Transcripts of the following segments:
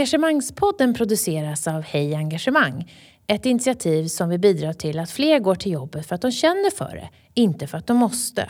Engagemangspodden produceras av Hej Engagemang. Ett initiativ som vill bidra till att fler går till jobbet för att de känner för det, inte för att de måste.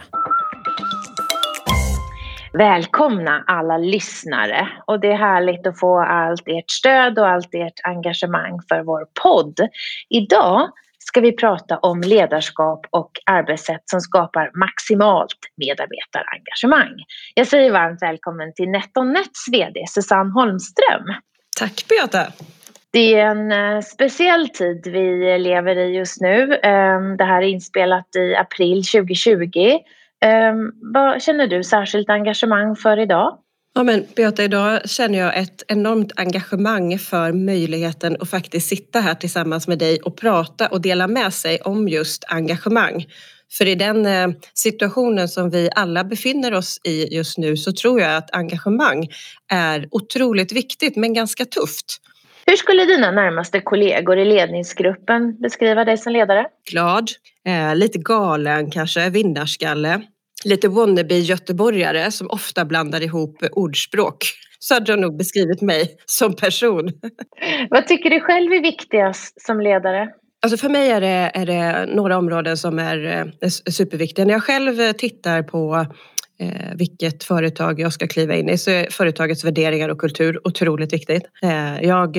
Välkomna alla lyssnare, och det är härligt att få allt ert stöd och allt ert engagemang för vår podd. Idag ska vi prata om ledarskap och arbetssätt som skapar maximalt medarbetarengagemang. Jag säger varmt välkommen till NetOnNets vd Susanne Holmström. Tack Beata. Det är en speciell tid vi lever i just nu. Det här är inspelat i april 2020. Vad känner du särskilt engagemang för idag? Ja men Beata, idag känner jag ett enormt engagemang för möjligheten att faktiskt sitta här tillsammans med dig och prata och dela med sig om just engagemang. För i den situationen som vi alla befinner oss i just nu så tror jag att engagemang är otroligt viktigt men ganska tufft. Hur skulle dina närmaste kollegor i ledningsgruppen beskriva dig som ledare? Glad, lite galen kanske, vinnarskalle. Lite wannabe göteborgare som ofta blandar ihop ordspråk. Så hade jag nog beskrivit mig som person. Vad tycker du själv är viktigast som ledare? Alltså för mig är det några områden som är superviktiga. När jag själv tittar på vilket företag jag ska kliva in i så är företagets värderingar och kultur otroligt viktigt. Jag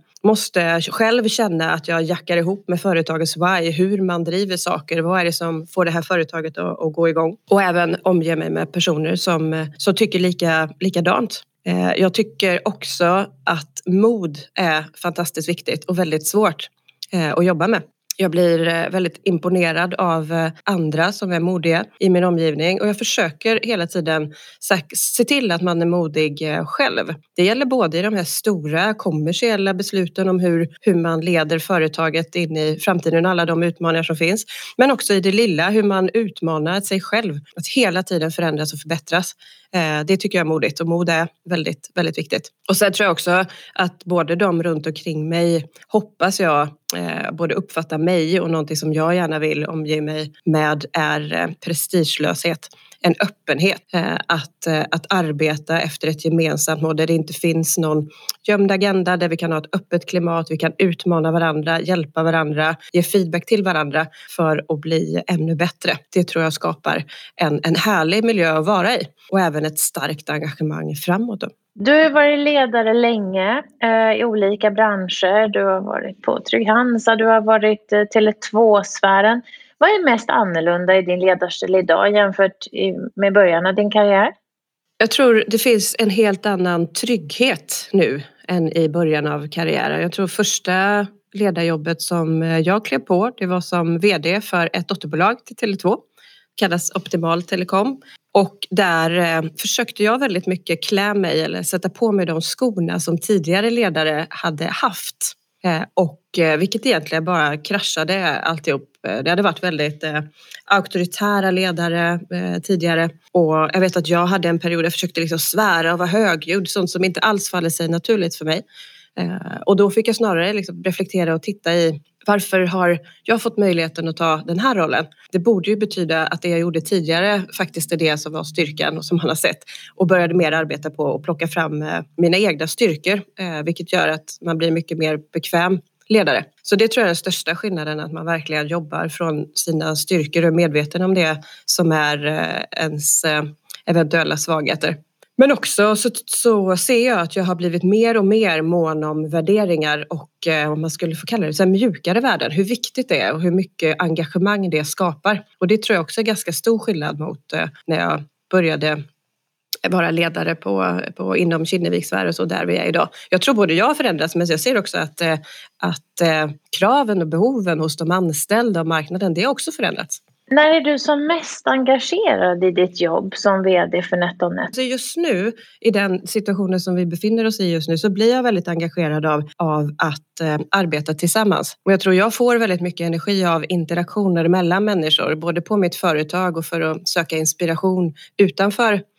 måste själv känna att jag jackar ihop med företagets why, hur man driver saker, vad är det som får det här företaget att gå igång. Och även omge mig med personer som tycker likadant. Jag tycker också att mod är fantastiskt viktigt och väldigt svårt att jobba med. Jag blir väldigt imponerad av andra som är modiga i min omgivning och jag försöker hela tiden se till att man är modig själv. Det gäller både i de här stora kommersiella besluten om hur man leder företaget in i framtiden och alla de utmaningar som finns. Men också i det lilla, hur man utmanar sig själv. Att hela tiden förändras och förbättras. Det tycker jag är modigt och mod är väldigt, väldigt viktigt. Och sen tror jag också att både de runt omkring mig hoppas jag både uppfattar mig och någonting som jag gärna vill omge mig med är prestigelöshet. En öppenhet, att arbeta efter ett gemensamt mål där det inte finns någon gömd agenda, där vi kan ha ett öppet klimat, vi kan utmana varandra, hjälpa varandra, ge feedback till varandra för att bli ännu bättre. Det tror jag skapar en härlig miljö att vara i och även ett starkt engagemang framåt. Du har varit ledare länge i olika branscher. Du har varit på Trygg-Hansa, du har varit Tele2-sfären. Vad är mest annorlunda i din ledarstil idag jämfört med början av din karriär? Jag tror det finns en helt annan trygghet nu än i början av karriären. Jag tror första ledarjobbet som jag klev på, det var som vd för ett dotterbolag till Tele2. Kallas Optimal Telekom. Och där försökte jag väldigt mycket klä mig eller sätta på mig de skorna som tidigare ledare hade haft. Och vilket egentligen bara kraschade alltihop. Det hade varit väldigt auktoritära ledare tidigare. Och jag vet att jag hade en period där jag försökte liksom svära och vara högljudd. Sånt som inte alls faller sig naturligt för mig. Och då fick jag snarare liksom reflektera och titta i varför har jag fått möjligheten att ta den här rollen? Det borde ju betyda att det jag gjorde tidigare faktiskt är det som var styrkan och som man har sett. Och började mer arbeta på att plocka fram mina egna styrkor. Vilket gör att man blir mycket mer bekväm ledare. Så det tror jag är den största skillnaden, att man verkligen jobbar från sina styrkor och är medveten om det som är ens eventuella svagheter. Men också så ser jag att jag har blivit mer och mer mån om värderingar och om man skulle få kalla det så här mjukare värden. Hur viktigt det är och hur mycket engagemang det skapar. Och det tror jag också är ganska stor skillnad mot när jag började vara ledare på inom Kinneviksvärd och så där vi är idag. Jag tror både jag har förändrats, men jag ser också att kraven och behoven hos de anställda och marknaden, det har också förändrats. När är du som mest engagerad i ditt jobb som vd för NetOnNet? Så just nu, i den situationen som vi befinner oss i just nu, så blir jag väldigt engagerad av att arbeta tillsammans. Och jag tror jag får väldigt mycket energi av interaktioner mellan människor, både på mitt företag och för att söka inspiration utanför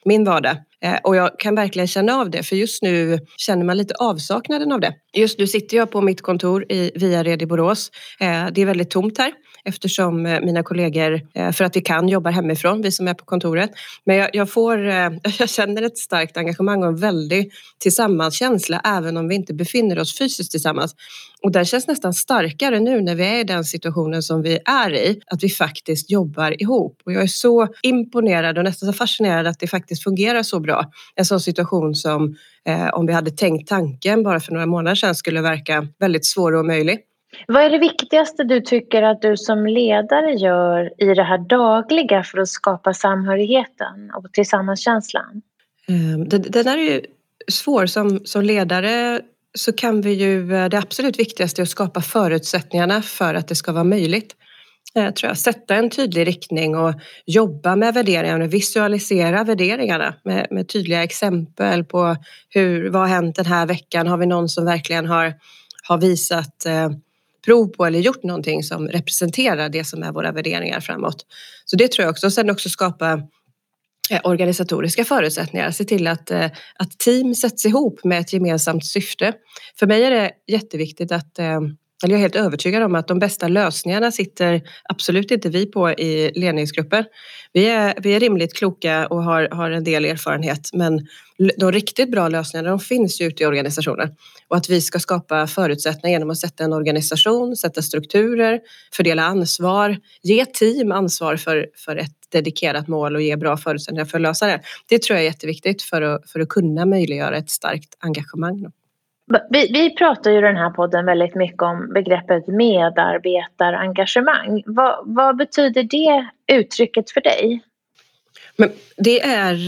min vardag. Och jag kan verkligen känna av det, för just nu känner man lite avsaknaden av det. Just nu sitter jag på mitt kontor i Viared i Borås. Det är väldigt tomt här eftersom mina kollegor, för att vi kan jobba hemifrån, vi som är på kontoret. Men jag känner ett starkt engagemang och en väldig tillsammanskänsla även om vi inte befinner oss fysiskt tillsammans. Och det känns nästan starkare nu när vi är i den situationen som vi är i, att vi faktiskt jobbar ihop. Och jag är så imponerad och nästan så fascinerad att det faktiskt fungerar så bra. En sån situation som om vi hade tänkt tanken bara för några månader sedan skulle verka väldigt svår och omöjlig. Vad är det viktigaste du tycker att du som ledare gör i det här dagliga för att skapa samhörigheten och tillsammanskänslan? Den är ju svår. Som ledare så kan vi ju, det absolut viktigaste är att skapa förutsättningarna för att det ska vara möjligt. Jag tror sätta en tydlig riktning och jobba med värderingarna, visualisera värderingarna med tydliga exempel på vad har hänt den här veckan. Har vi någon som verkligen har visat prov på eller gjort någonting som representerar det som är våra värderingar framåt. Så det tror jag också. Sen också skapa organisatoriska förutsättningar. Se till att team sätts ihop med ett gemensamt syfte. För mig är det jätteviktigt att jag är helt övertygad om att de bästa lösningarna sitter absolut inte vi på i ledningsgruppen. Vi är rimligt kloka och har en del erfarenhet, men de riktigt bra lösningarna de finns ju ute i organisationen. Och att vi ska skapa förutsättningar genom att sätta en organisation, sätta strukturer, fördela ansvar, ge team ansvar för ett dedikerat mål och ge bra förutsättningar för att lösa det. Det tror jag är jätteviktigt för att kunna möjliggöra ett starkt engagemang. Vi pratar ju i den här podden väldigt mycket om begreppet medarbetarengagemang. Vad betyder det uttrycket för dig? Men det är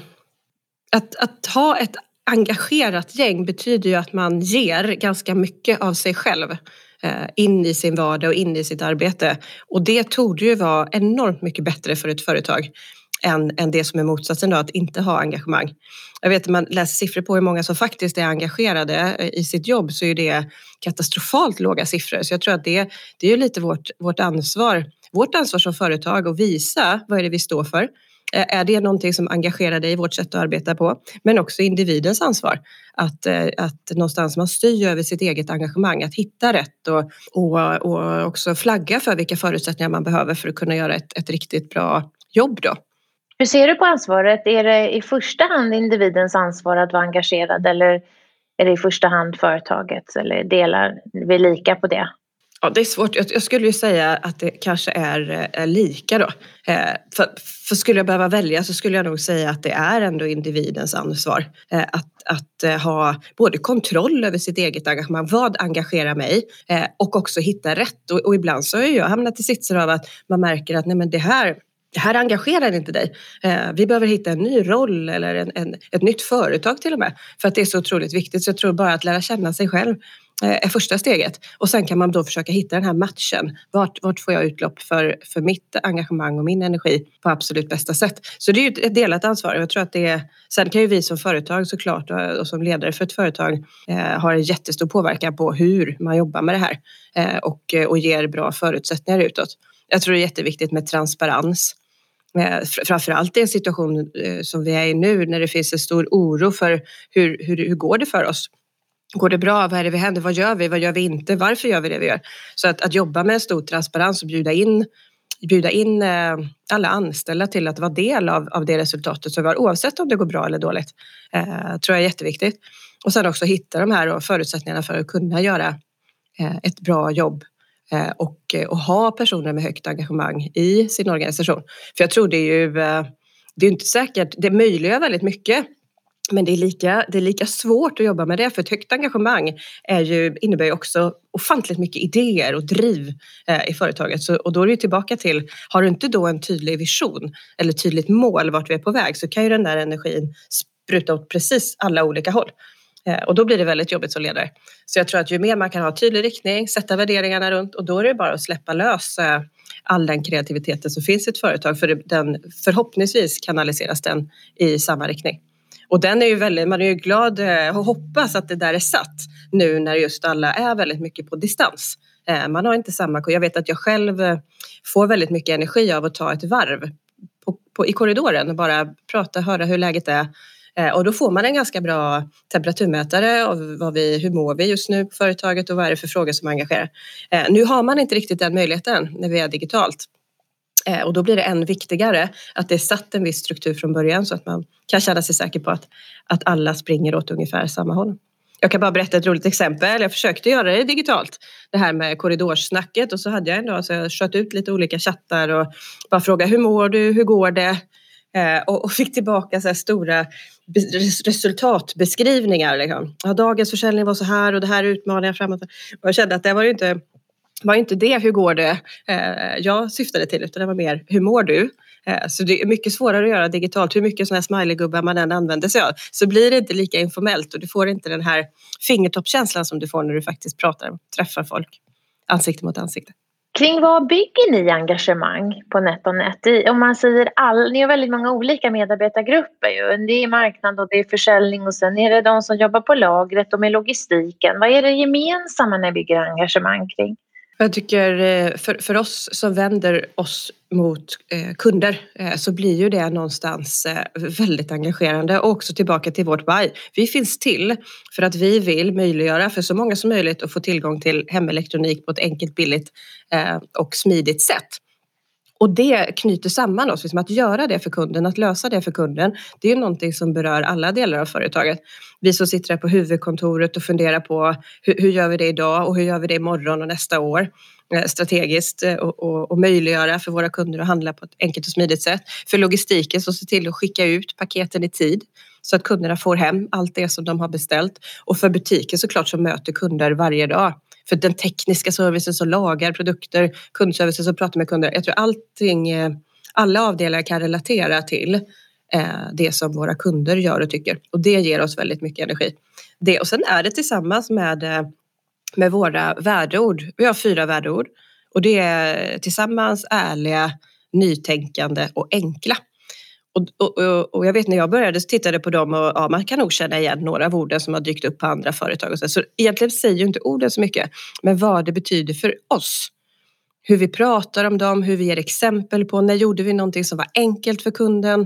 att ha ett engagerat gäng betyder ju att man ger ganska mycket av sig själv in i sin vardag och in i sitt arbete. Och det torde ju vara enormt mycket bättre för ett företag än det som är motsatsen då, att inte ha engagemang. Jag vet att man läser siffror på hur många som faktiskt är engagerade i sitt jobb, så är det katastrofalt låga siffror. Så jag tror att det är ju lite vårt ansvar som företag att visa vad är det vi står för. Är det någonting som engagerar dig i vårt sätt att arbeta på? Men också individens ansvar. Att någonstans man styr över sitt eget engagemang. Att hitta rätt och också flagga för vilka förutsättningar man behöver för att kunna göra ett riktigt bra jobb då. Hur ser du på ansvaret? Är det i första hand individens ansvar att vara engagerad eller är det i första hand företagets? Eller delar vi lika på det? Ja, det är svårt. Jag skulle ju säga att det kanske är lika då. För skulle jag behöva välja så skulle jag nog säga att det är ändå individens ansvar. Att ha både kontroll över sitt eget engagemang. Vad engagerar mig? Och också hitta rätt. Och ibland så har jag hamnat i sitser av att man märker att nej, men det här engagerar inte dig. Vi behöver hitta en ny roll eller ett nytt företag till och med. För att det är så otroligt viktigt. Så jag tror bara att lära känna sig själv är första steget. Och sen kan man då försöka hitta den här matchen. Vart får jag utlopp för mitt engagemang och min energi på absolut bästa sätt. Så det är ju ett delat ansvar. Jag tror att sen kan ju vi som företag såklart och som ledare för ett företag ha en jättestor påverkan på hur man jobbar med det här. Och ger bra förutsättningar utåt. Jag tror det är jätteviktigt med transparens. Framförallt i en situation som vi är i nu när det finns en stor oro för hur går det för oss. Går det bra? Vad är det vi händer? Vad gör vi? Vad gör vi inte? Varför gör vi det vi gör? Så att jobba med en stor transparens och bjuda in alla anställda till att vara del av det resultatet som vi har, oavsett om det går bra eller dåligt, tror jag är jätteviktigt. Och sen också hitta de här förutsättningarna för att kunna göra ett bra jobb och ha personer med högt engagemang i sin organisation. För jag tror det är inte säkert, det möjliggör väldigt mycket. Men det är lika svårt att jobba med det, för ett högt engagemang innebär ju också ofantligt mycket idéer och driv i företaget. Och då är det tillbaka till, har du inte då en tydlig vision eller tydligt mål vart vi är på väg, så kan ju den där energin spruta åt precis alla olika håll. Och då blir det väldigt jobbigt som ledare. Så jag tror att ju mer man kan ha tydlig riktning, sätta värderingarna runt, och då är det bara att släppa lös all den kreativiteten som finns i ett företag, för förhoppningsvis kanaliseras den i samma riktning. Och den är ju man är ju glad och hoppas att det där är satt nu när just alla är väldigt mycket på distans. Man har inte samma, jag vet att jag själv får väldigt mycket energi av att ta ett varv i korridoren och bara prata, höra hur läget är. Och då får man en ganska bra temperaturmätare av hur mår vi just nu på företaget och vad är det för frågor som engagerar. Nu har man inte riktigt den möjligheten när vi är digitalt. Och då blir det än viktigare att det är satt en viss struktur från början så att man kan känna sig säker på att alla springer åt ungefär samma håll. Jag kan bara berätta ett roligt exempel. Jag försökte göra det digitalt. Det här med korridorssnacket och så hade jag en dag så jag sköt ut lite olika chattar och bara frågade hur mår du, hur går det? Och fick tillbaka så här stora resultatbeskrivningar. Liksom. Ja, dagens försäljning var så här och det här utmaningar framåt. Och jag kände att det var inte det, hur går det, jag syftade till, utan det var mer, hur mår du? Så det är mycket svårare att göra digitalt. Hur mycket sådana här smileygubbar man än använder sig av så blir det inte lika informellt och du får inte den här fingertoppskänslan som du får när du faktiskt pratar och träffar folk ansikte mot ansikte. Kring vad bygger ni engagemang på NetOnNet? Om man säger ni har väldigt många olika medarbetargrupper ju. Det är marknad och det är försäljning och sen är det de som jobbar på lagret och med logistiken. Vad är det gemensamma när ni bygger engagemang kring? Jag tycker för oss som vänder oss mot kunder så blir ju det någonstans väldigt engagerande och också tillbaka till vårt why. Vi finns till för att vi vill möjliggöra för så många som möjligt att få tillgång till hemelektronik på ett enkelt, billigt och smidigt sätt. Och det knyter samman oss, liksom att göra det för kunden, att lösa det för kunden. Det är någonting som berör alla delar av företaget. Vi som sitter här på huvudkontoret och funderar på hur gör vi det idag och hur gör vi det imorgon och nästa år strategiskt och möjliggöra för våra kunder att handla på ett enkelt och smidigt sätt. För logistiken så se till att skicka ut paketen i tid så att kunderna får hem allt det som de har beställt. Och för butiken såklart som möter kunder varje dag. För den tekniska servicen som lagar produkter, kundservicen som pratar med kunder. Jag tror alla avdelare kan relatera till det som våra kunder gör och tycker. Och det ger oss väldigt mycket energi. Och sen är det tillsammans med våra värdeord. Vi har 4 värdeord. Och det är tillsammans, ärliga, nytänkande och enkla. Och jag vet när jag började så tittade på dem och ja, man kan nog känna igen några av orden som har dykt upp på andra företag. Så egentligen säger ju inte orden så mycket, men vad det betyder för oss. Hur vi pratar om dem, hur vi ger exempel på när gjorde vi någonting som var enkelt för kunden.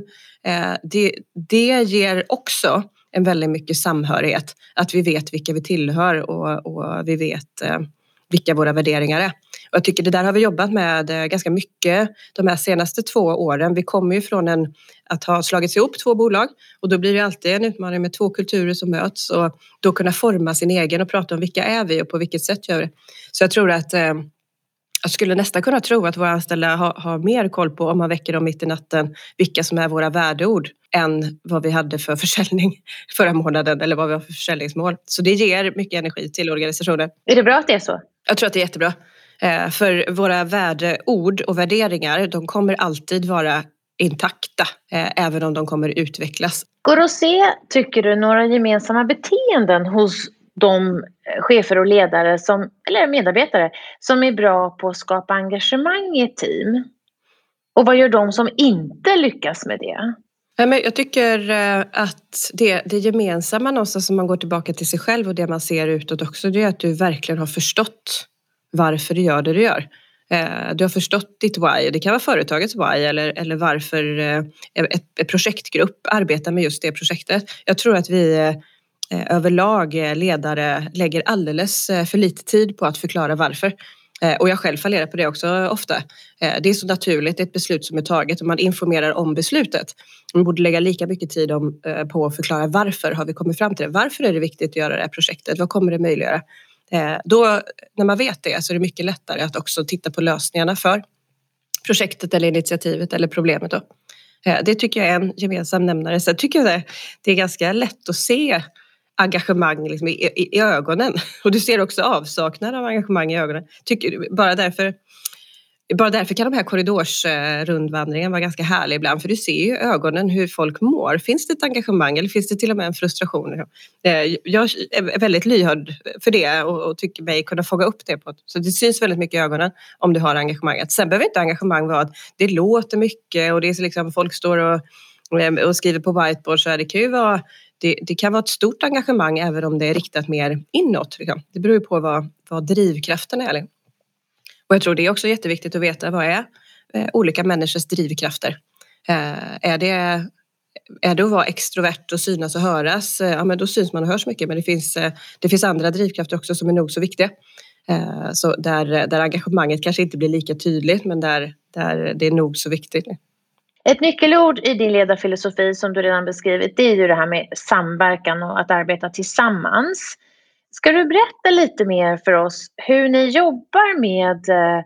Det ger också en väldigt mycket samhörighet. Att vi vet vilka vi tillhör och vi vet vilka våra värderingar är. Och jag tycker det där har vi jobbat med ganska mycket de här senaste 2 åren. Vi kommer ju från att ha slagits ihop 2 bolag och då blir det alltid en utmaning med 2 kulturer som möts och då kunna forma sin egen och prata om vilka är vi och på vilket sätt gör vi. Så jag tror att jag skulle nästan kunna tro att våra anställda har mer koll på om man väcker dem mitt i natten vilka som är våra värdeord än vad vi hade för försäljning förra månaden eller vad vi har för försäljningsmål. Så det ger mycket energi till organisationen. Är det bra att det är så? Jag tror att det är jättebra. För våra värdeord och värderingar, de kommer alltid vara intakta även om de kommer utvecklas. Går det att se, tycker du, några gemensamma beteenden hos de chefer och ledare eller medarbetare som är bra på att skapa engagemang i ett team? Och vad gör de som inte lyckas med det? Jag tycker att det gemensamma någonstans som man går tillbaka till sig själv och det man ser utåt också, det är att du verkligen har förstått varför du gör det du gör. Du har förstått ditt why. Det kan vara företagets why eller varför ett projektgrupp arbetar med just det projektet. Jag tror att vi överlag ledare lägger alldeles för lite tid på att förklara varför. Och jag själv fallerar på det också ofta. Det är så naturligt, ett beslut som är taget och man informerar om beslutet. Man borde lägga lika mycket tid på att förklara varför har vi kommit fram till det. Varför är det viktigt att göra det här projektet? Vad kommer det möjliggöra? Då, när man vet det så är det mycket lättare att också titta på lösningarna för projektet eller initiativet eller problemet. Då. Det tycker jag är en gemensam nämnare. Så jag tycker det är ganska lätt att se engagemang liksom i ögonen. Och du ser också avsaknad av engagemang i ögonen. Bara därför kan de här korridorsrundvandringen vara ganska härlig ibland. För du ser ju i ögonen hur folk mår. Finns det ett engagemang eller finns det till och med en frustration? Jag är väldigt lyhörd för det och tycker mig kunna fånga upp det. Så det syns väldigt mycket i ögonen om du har engagemanget. Sen behöver inte engagemang vara att det låter mycket och det är så liksom folk står och skriver på whiteboard. Så det kan ju vara... Det kan vara ett stort engagemang även om det är riktat mer inåt. Liksom. Det beror ju på vad drivkraften är. Och jag tror det är också jätteviktigt att veta vad är olika människors drivkrafter. Är det att vara extrovert och synas och höras, ja men då syns man och hörs mycket, men det finns andra drivkrafter också som är nog så viktiga. Så där engagemanget kanske inte blir lika tydligt, men där det är nog så viktigt. Ett nyckelord i din ledarfilosofi som du redan beskrivit, det är ju det här med samverkan och att arbeta tillsammans. Ska du berätta lite mer för oss hur ni jobbar med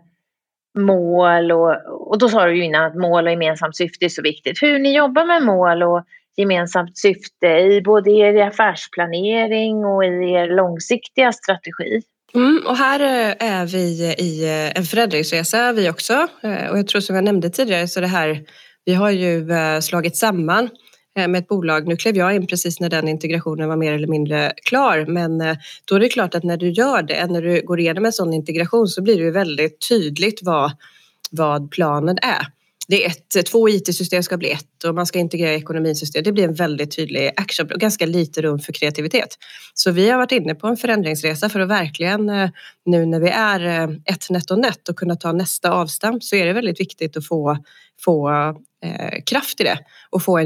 mål och då sa du ju innan att mål och gemensamt syfte är så viktigt. Hur ni jobbar med mål och gemensamt syfte i både er affärsplanering och i er långsiktiga strategi? Och här är vi i en förändringsresa vi också. Och jag tror som jag nämnde tidigare så det här, vi har ju slagit samman med ett bolag. Nu klev jag in precis när den integrationen var mer eller mindre klar. Men då är det klart att när du gör det, när du går igenom en sån integration så blir det ju väldigt tydligt vad planen är. Det är 2 IT-system ska bli 1 och man ska integrera ekonomisystem. Det blir en väldigt tydlig action och ganska lite rum för kreativitet. Så vi har varit inne på en förändringsresa för att verkligen nu när vi är ett NetOnNet och kunna ta nästa avstamp så är det väldigt viktigt att få kraft i det och få en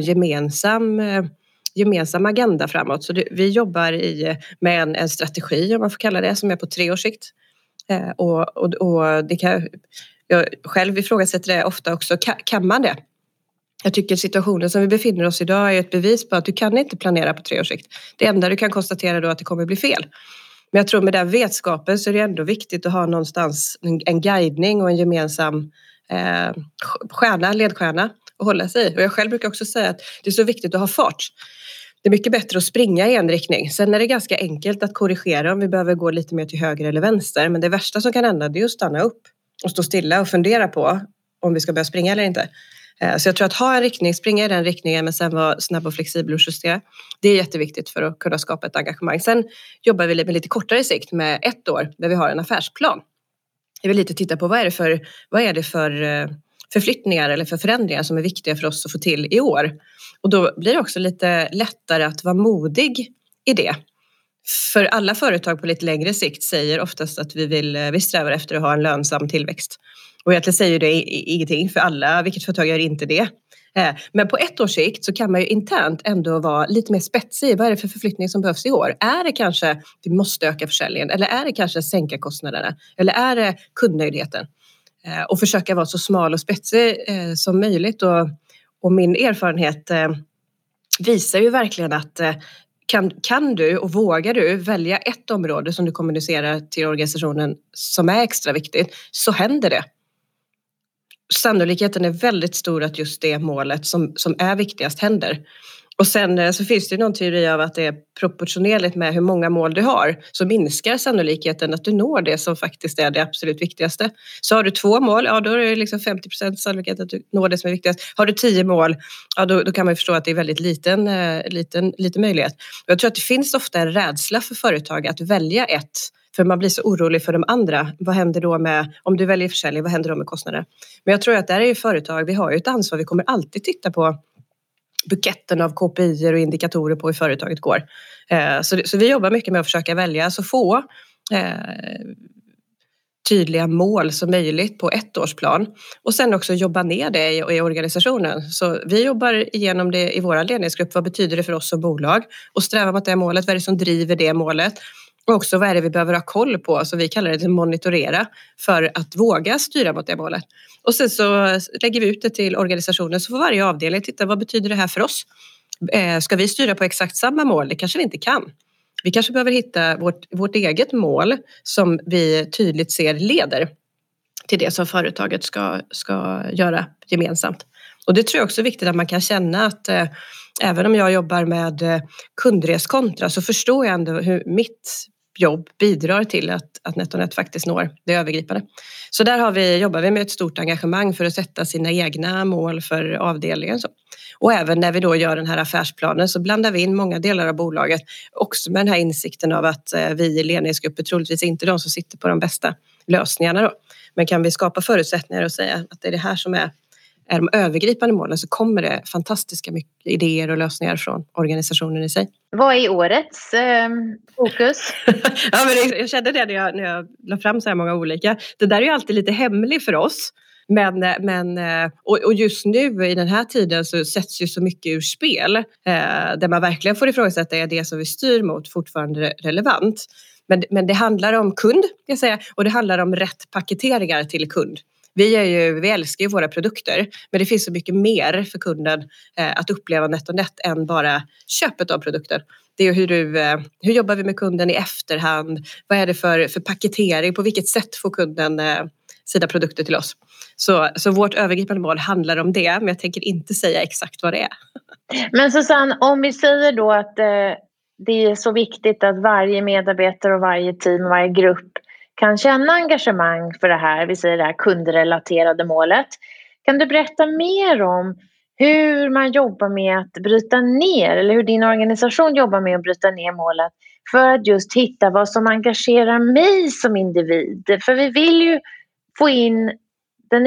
gemensam agenda framåt. Så vi jobbar med en strategi om man får kalla det som är på 3 års sikt. Och det kan jag själv ifrågasätter det ofta också. Kan man det? Jag tycker situationen som vi befinner oss idag är ett bevis på att du kan inte planera på 3 års sikt. Det enda du kan konstatera då är att det kommer bli fel. Men jag tror med den vetskapen så är det ändå viktigt att ha någonstans en guidning och en gemensam ledstjärna att hålla sig i. Och jag själv brukar också säga att det är så viktigt att ha fart. Det är mycket bättre att springa i en riktning. Sen är det ganska enkelt att korrigera om vi behöver gå lite mer till höger eller vänster. Men det värsta som kan hända är att stanna upp och stå stilla och fundera på om vi ska börja springa eller inte. Så jag tror att ha en riktning, springa i den riktningen men sen vara snabb och flexibel och justera. Det är jätteviktigt för att kunna skapa ett engagemang. Sen jobbar vi med lite kortare sikt med 1 år där vi har en affärsplan. Jag vill lite titta på vad är det för förflyttningar eller för förändringar som är viktiga för oss att få till i år. Och då blir det också lite lättare att vara modig i det. För alla företag på lite längre sikt säger oftast att vi strävar efter att ha en lönsam tillväxt. Och egentligen säger det ingenting för alla, vilket företag gör inte det. Men på 1 års sikt så kan man ju internt ändå vara lite mer spetsig. Vad är det för förflyttning som behövs i år? Är det kanske vi måste öka försäljningen? Eller är det kanske sänka kostnaderna? Eller är det kundnöjdheten? Och försöka vara så smal och spetsig som möjligt. Och min erfarenhet visar ju verkligen att kan du och vågar du välja ett område som du kommunicerar till organisationen som är extra viktigt så händer det. Sannolikheten är väldigt stor att just det målet som är viktigast händer. Och sen så finns det någon teori av att det är proportionerligt med hur många mål du har så minskar sannolikheten att du når det som faktiskt är det absolut viktigaste. Så har du 2 mål, ja då är det liksom 50% sannolikhet att du når det som är viktigast. Har du 10 mål, ja då kan man ju förstå att det är väldigt liten möjlighet. Och jag tror att det finns ofta en rädsla för företag att välja ett. För man blir så orolig för de andra. Vad händer då med, om du väljer försäljning, vad händer då med kostnader? Men jag tror att där är ju företag, vi har ju ett ansvar, vi kommer alltid titta på buketten av KPI:er och indikatorer på hur företaget går. Så vi jobbar mycket med att försöka välja så få tydliga mål som möjligt på 1-årsplan. Och sen också jobba ner det i organisationen. Så vi jobbar igenom det i våra ledningsgrupp. Vad betyder det för oss som bolag? Och sträva mot det målet. Vad är det som driver det målet? Och också vad är det vi behöver ha koll på, så vi kallar det monitorera, för att våga styra mot det målet. Och sen så lägger vi ut det till organisationen så får varje avdelning titta vad betyder det här för oss. Ska vi styra på exakt samma mål? Det kanske vi inte kan. Vi kanske behöver hitta vårt eget mål som vi tydligt ser leder till det som företaget ska göra gemensamt. Och det tror jag också är viktigt att man kan känna att även om jag jobbar med kundreskontra så förstår jag ändå hur mitt jobb bidrar till att NetOnNet faktiskt når det övergripande. Så där jobbar vi med ett stort engagemang för att sätta sina egna mål för avdelningen. Och även när vi då gör den här affärsplanen så blandar vi in många delar av bolaget också med den här insikten av att vi i ledningsgrupper troligtvis inte är de som sitter på de bästa lösningarna då. Men kan vi skapa förutsättningar och säga att det är det här som är de övergripande målen så kommer det fantastiska mycket idéer och lösningar från organisationen i sig. Vad är årets fokus? Ja, men jag kände det när jag la fram så här många olika. Det där är ju alltid lite hemligt för oss. Och just nu i den här tiden så sätts ju så mycket ur spel. Där man verkligen får ifrågasätta, är det som vi styr mot fortfarande relevant? Men det handlar om kund, ska jag säga, och det handlar om rätt paketeringar till kund. Vi älskar ju våra produkter, men det finns så mycket mer för kunden att uppleva NetOnNet än bara köpet av produkter. Det är hur jobbar vi med kunden i efterhand? Vad är det för paketering? På vilket sätt får kunden sina produkter till oss? Så vårt övergripande mål handlar om det, men jag tänker inte säga exakt vad det är. Men Susanne, om vi säger då att det är så viktigt att varje medarbetare och varje team och varje grupp kan känna engagemang för det här, vi säger det här kundrelaterade målet. Kan du berätta mer om hur man jobbar med att bryta ner, eller hur din organisation jobbar med att bryta ner målet för att just hitta vad som engagerar mig som individ? För vi vill ju få in det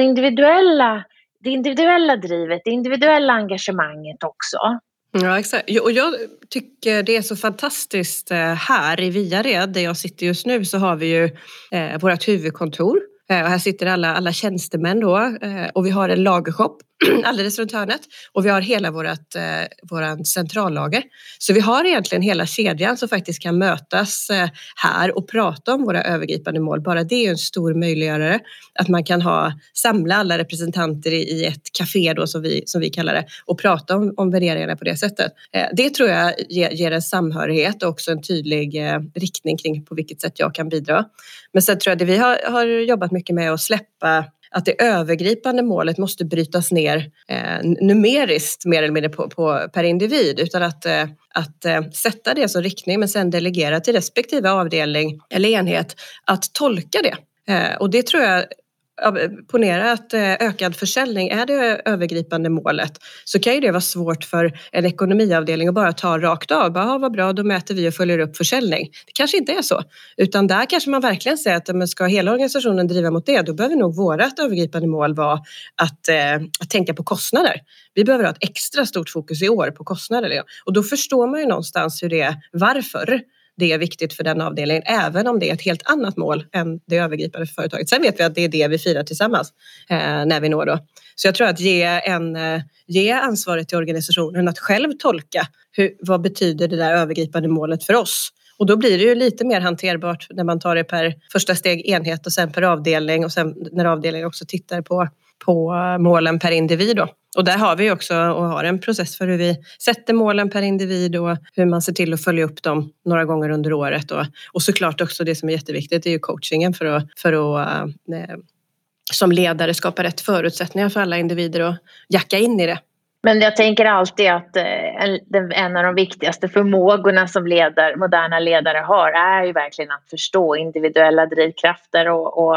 individuella drivet, det individuella engagemanget också. Ja, exakt. Och jag tycker det är så fantastiskt här i Viared, där jag sitter just nu, så har vi ju vårt huvudkontor. Och här sitter alla tjänstemän då, och vi har en lagershop alldeles runt hörnet, och vi har hela våran centrallager. Så vi har egentligen hela kedjan som faktiskt kan mötas här och prata om våra övergripande mål. Bara det är en stor möjliggörare, att man kan samla alla representanter i ett café då, som vi kallar det, och prata om värderingarna på det sättet. Det tror jag ger en samhörighet och också en tydlig riktning kring på vilket sätt jag kan bidra. Men sen tror jag det vi har jobbat mycket med att släppa att det övergripande målet måste brytas ner numeriskt mer eller mindre på per individ, utan att sätta det som riktning, men sen delegera till respektive avdelning eller enhet att tolka det. Och det tror jag, ponera att ökad försäljning är det övergripande målet, så kan ju det vara svårt för en ekonomiavdelning att bara ta rakt av. Vad bra, då mäter vi och följer upp försäljning. Det kanske inte är så. Utan där kanske man verkligen säger att men ska hela organisationen driva mot det, då behöver nog vårat övergripande mål vara att tänka på kostnader. Vi behöver ha ett extra stort fokus i år på kostnader. Och då förstår man ju någonstans varför det är viktigt för den avdelningen, även om det är ett helt annat mål än det övergripande för företaget. Sen vet vi att det är det vi firar tillsammans när vi når då. Så jag tror att ge ansvaret till organisationen att själv tolka vad betyder det där övergripande målet för oss. Och då blir det ju lite mer hanterbart när man tar det per första steg enhet och sen per avdelning, och sen när avdelningen också tittar på målen per individ då. Och där har vi också och har en process för hur vi sätter målen per individ och hur man ser till att följa upp dem några gånger under året. Och såklart också det som är jätteviktigt är ju coachingen för att som ledare skapa rätt förutsättningar för alla individer och jacka in i det. Men jag tänker alltid att en av de viktigaste förmågorna som moderna ledare har är ju verkligen att förstå individuella drivkrafter och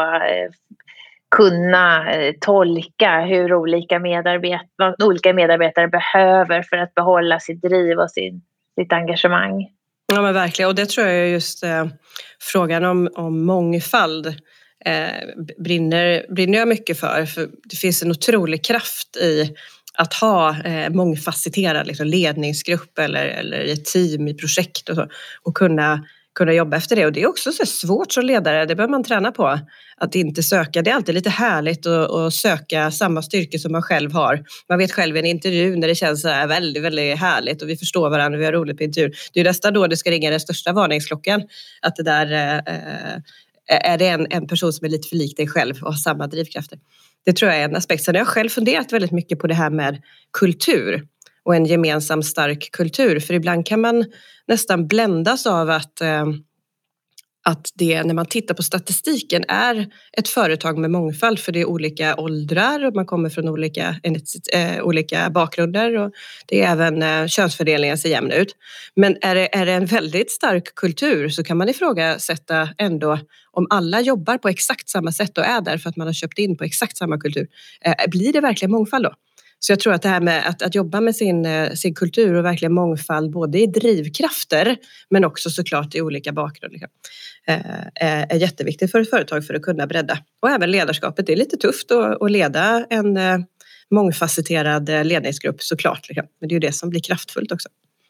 kunna tolka hur olika medarbetare behöver för att behålla sitt driv och sitt engagemang. Ja, men verkligen. Och det tror jag är just frågan om mångfald brinner jag mycket för det finns en otrolig kraft i att ha mångfacetterad ledningsgrupp eller ett team i projekt och så, och kunna jobba efter det. Och det är också så svårt som ledare, det behöver man träna på. Att inte söka, det är alltid lite härligt att söka samma styrka som man själv har. Man vet själv i en intervju när det känns så här väldigt, väldigt härligt och vi förstår varandra, vi har roligt på intervju. Det är nästan då det ska ringa den största varningsklockan. Att det där är det en person som är lite för lik dig själv och har samma drivkrafter. Det tror jag är en aspekt. Sen har jag själv funderat väldigt mycket på det här med kultur och en gemensam stark kultur. För ibland kan man nästan bländas av att det, när man tittar på statistiken, är ett företag med mångfald, för det är olika åldrar och man kommer från olika bakgrunder och det är även könsfördelningen ser jämn ut. Men är det en väldigt stark kultur så kan man ifrågasätta ändå om alla jobbar på exakt samma sätt och är där för att man har köpt in på exakt samma kultur. Blir det verkligen mångfald då? Så jag tror att det här med att jobba med sin kultur och verkligen mångfald både i drivkrafter men också såklart i olika bakgrunder är jätteviktigt för ett företag för att kunna bredda. Och även ledarskapet, det är lite tufft att leda en mångfacetterad ledningsgrupp såklart. Men det är ju det som blir kraftfullt också.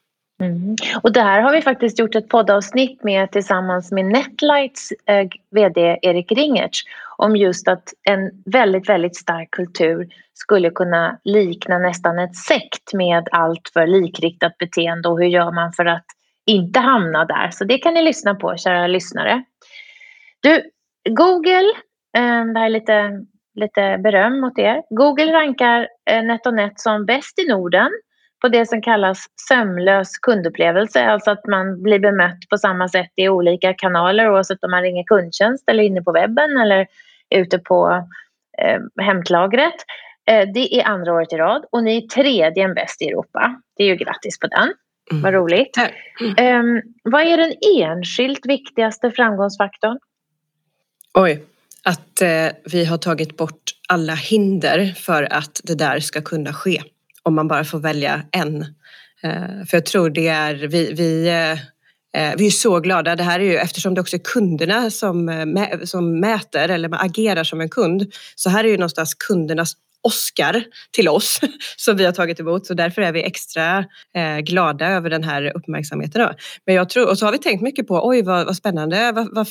Mm. Och där har vi faktiskt gjort ett poddavsnitt med tillsammans med Netlights vd Erik Ringertz om just att en väldigt, väldigt stark kultur skulle kunna likna nästan ett sekt med allt för likriktat beteende och hur gör man för att inte hamna där. Så det kan ni lyssna på, kära lyssnare. Du, Google, det här är lite beröm mot er. Google rankar NetOnNet som bäst i Norden på det som kallas sömlös kundupplevelse, alltså att man blir bemött på samma sätt i olika kanaler oavsett om man ringer kundtjänst eller inne på webben eller ute på hämtlagret. Det är andra året i rad och ni är tredje bäst i Europa. Det är ju grattis på den. Vad roligt. Vad är den enskilt viktigaste framgångsfaktorn? Oj, att vi har tagit bort alla hinder för att det där ska kunna ske. Om man bara får välja en. För jag tror det är, vi är så glada. Det här är ju, eftersom det också är kunderna som mäter eller agerar som en kund. Så här är ju någonstans kundernas Oscar till oss som vi har tagit emot. Så därför är vi extra glada över den här uppmärksamheten. Då. Men jag tror, och så har vi tänkt mycket på, oj vad spännande,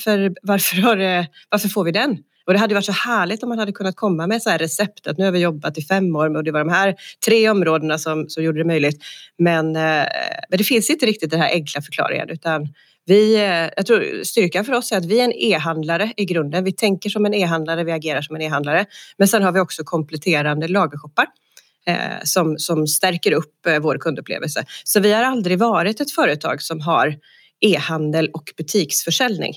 varför får vi den? Och det hade varit så härligt om man hade kunnat komma med så här recept att nu har vi jobbat i 5 år och det var de här 3 områdena som gjorde det möjligt. Men det finns inte riktigt den här enkla förklaringen utan jag tror styrkan för oss är att vi är en e-handlare i grunden. Vi tänker som en e-handlare, vi agerar som en e-handlare. Men sen har vi också kompletterande lagershoppar som stärker upp vår kundupplevelse. Så vi har aldrig varit ett företag som har e-handel och butiksförsäljning.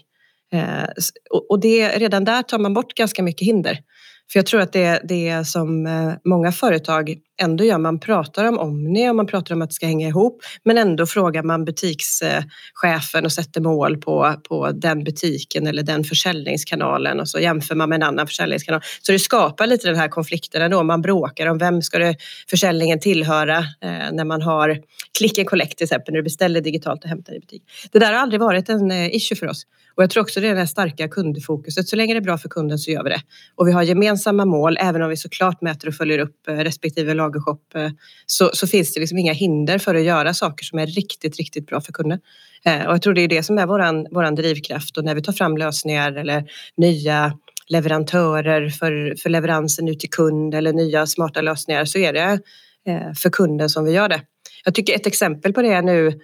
Och redan där tar man bort ganska mycket hinder. För jag tror att det är som många företag ändå gör. Man pratar om Omni och man pratar om att det ska hänga ihop. Men ändå frågar man butikschefen och sätter mål på den butiken eller den försäljningskanalen. Och så jämför man med en annan försäljningskanal. Så det skapar lite den här konflikten ändå. Man bråkar om vem ska försäljningen tillhöra när man har click and collect till exempel. När du beställer digitalt och hämtar i butik. Det där har aldrig varit en issue för oss. Och jag tror också det är det här starka kundfokuset. Så länge det är bra för kunden så gör vi det. Och vi har gemensamma mål, även om vi såklart mäter och följer upp respektive lagershop. Så finns det liksom inga hinder för att göra saker som är riktigt, riktigt bra för kunden. Och jag tror det är det som är våran drivkraft. Och när vi tar fram lösningar eller nya leverantörer för leveransen ut till kund eller nya smarta lösningar så är det för kunden som vi gör det. Jag tycker ett exempel på det är nu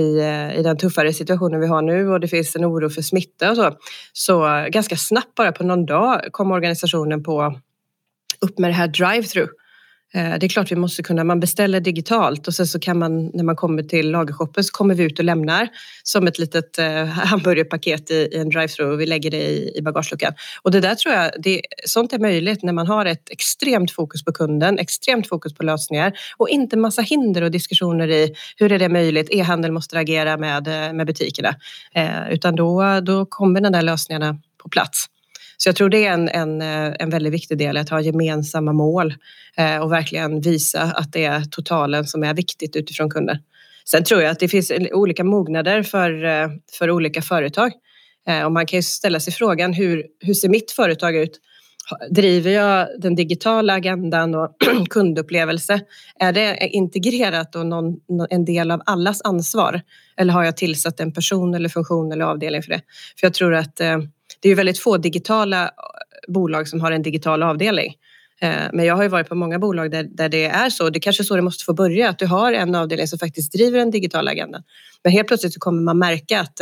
i den tuffare situationen vi har nu och det finns en oro för smitta och så ganska snabbt bara på någon dag kom organisationen upp med det här drive-thru. Det är klart vi måste kunna, man beställer digitalt och sen så kan man när man kommer till lagershoppen så kommer vi ut och lämnar som ett litet hamburgerpaket i en drive-thru och vi lägger det i bagageluckan. Och det där tror jag, sånt är möjligt när man har ett extremt fokus på kunden, extremt fokus på lösningar och inte massa hinder och diskussioner i hur är det möjligt, e-handel måste agera med butikerna. Utan då kommer de där lösningarna på plats. Så jag tror det är en väldigt viktig del att ha gemensamma mål och verkligen visa att det är totalen som är viktigt utifrån kunden. Sen tror jag att det finns olika mognader för olika företag. Och man kan ju ställa sig frågan hur ser mitt företag ut? Driver jag den digitala agendan och kundupplevelse? Är det integrerat och en del av allas ansvar? Eller har jag tillsatt en person eller funktion eller avdelning för det? För jag tror att det är väldigt få digitala bolag som har en digital avdelning. Men jag har ju varit på många bolag där det är så. Det är kanske så det måste få börja. Att du har en avdelning som faktiskt driver en digital agenda. Men helt plötsligt så kommer man märka att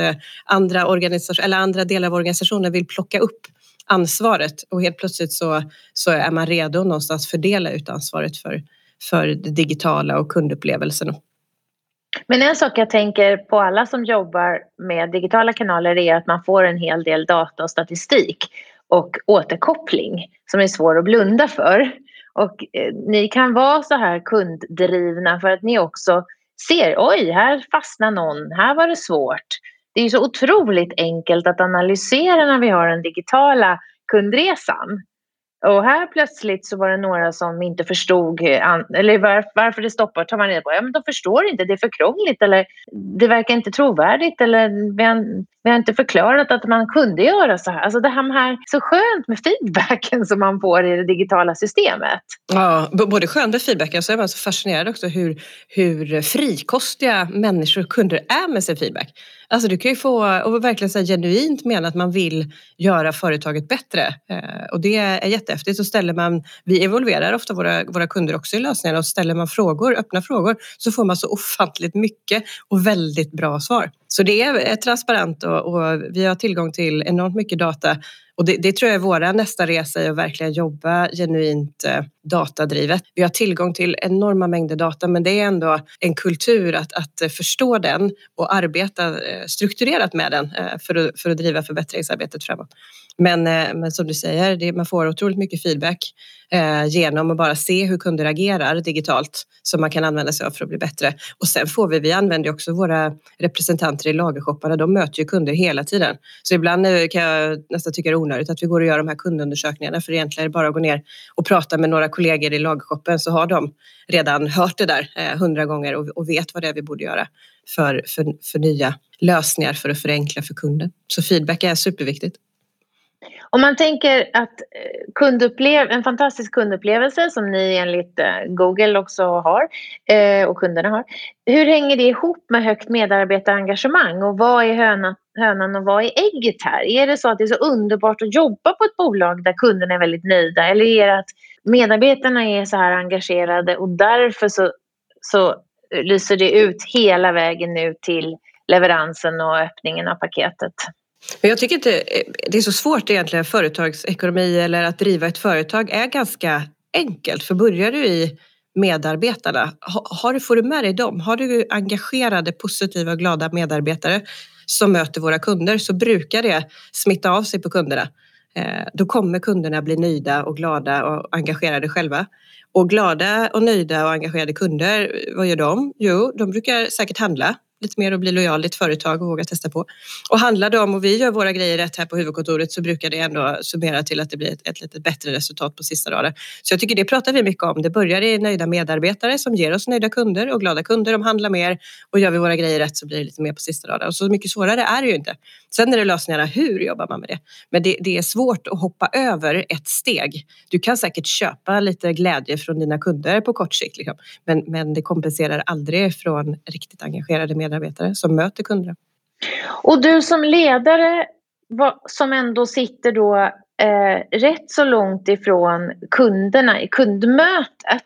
andra delar av organisationen vill plocka upp ansvaret. Och helt plötsligt så är man redo någonstans fördela ut ansvaret för det digitala och kundupplevelsen. Men en sak jag tänker på alla som jobbar med digitala kanaler är att man får en hel del data och statistik och återkoppling som är svår att blunda för. Och ni kan vara så här kunddrivna för att ni också ser, oj, här fastnar någon, här var det svårt. Det är ju så otroligt enkelt att analysera när vi har den digitala kundresan. Och här plötsligt så var det några som inte förstod eller varför det stoppar, tar man reda på. Ja, men de förstår inte, det är för krångligt eller det verkar inte trovärdigt eller vi har inte förklarat att man kunde göra så här. Alltså det här så skönt med feedbacken som man får i det digitala systemet. Ja, både skönt med feedbacken, så är man så fascinerad också hur frikostiga människor och kunder är med sin feedback. Alltså du kan ju få, och verkligen så här genuint mena att man vill göra företaget bättre. Och det är jättehäftigt. Så vi evolverar ofta våra kunder också i lösningarna, och ställer man öppna frågor, så får man så ofantligt mycket och väldigt bra svar. Så det är transparent och vi har tillgång till enormt mycket data. Och det tror jag är våra nästa resa, i att verkligen jobba genuint datadrivet. Vi har tillgång till enorma mängder data, men det är ändå en kultur att förstå den och arbeta strukturerat med den för att driva förbättringsarbetet framåt. Men som du säger, man får otroligt mycket feedback genom att bara se hur kunder agerar digitalt, som man kan använda sig av för att bli bättre. Och sen vi använder också våra representanter i lagershopparna, de möter ju kunder hela tiden. Så ibland kan jag nästan tycka det är onödigt att vi går och gör de här kundundersökningarna, för egentligen är det bara att gå ner och prata med några kollegor i lagershoppen, så har de redan hört det där 100 gånger och vet vad det är vi borde göra för nya lösningar för att förenkla för kunden. Så feedback är superviktigt. Om man tänker att en fantastisk kundupplevelse som ni enligt Google också har och kunderna har. Hur hänger det ihop med högt medarbetarengagemang, och vad är hönan och vad är ägget här? Är det så att det är så underbart att jobba på ett bolag där kunderna är väldigt nöjda, eller är det att medarbetarna är så här engagerade och därför så lyser det ut hela vägen nu till leveransen och öppningen av paketet? Men jag tycker inte det är så svårt egentligen. Företagsekonomi eller att driva ett företag är ganska enkelt. För börjar du i medarbetarna, får du med dig dem? Har du engagerade, positiva och glada medarbetare som möter våra kunder, så brukar det smitta av sig på kunderna. Då kommer kunderna bli nöjda och glada och engagerade själva. Och glada och nöjda och engagerade kunder, vad gör de? Jo, de brukar säkert handla lite mer och bli lojal i ett företag och våga testa på. Och handlar de och vi gör våra grejer rätt här på huvudkontoret, så brukar det ändå summera till att det blir ett lite bättre resultat på sista raden. Så jag tycker det pratar vi mycket om. Det börjar i nöjda medarbetare som ger oss nöjda kunder och glada kunder. De handlar mer, och gör vi våra grejer rätt så blir det lite mer på sista raden. Och så mycket svårare är det ju inte. Sen är det lösningarna, hur jobbar man med det? Men det är svårt att hoppa över ett steg. Du kan säkert köpa lite glädje från dina kunder på kort sikt. Liksom. Men det kompenserar aldrig från riktigt engagerade medarbetare som möter kunder. Och du som ledare som ändå sitter då rätt så långt ifrån kunderna i kundmötet.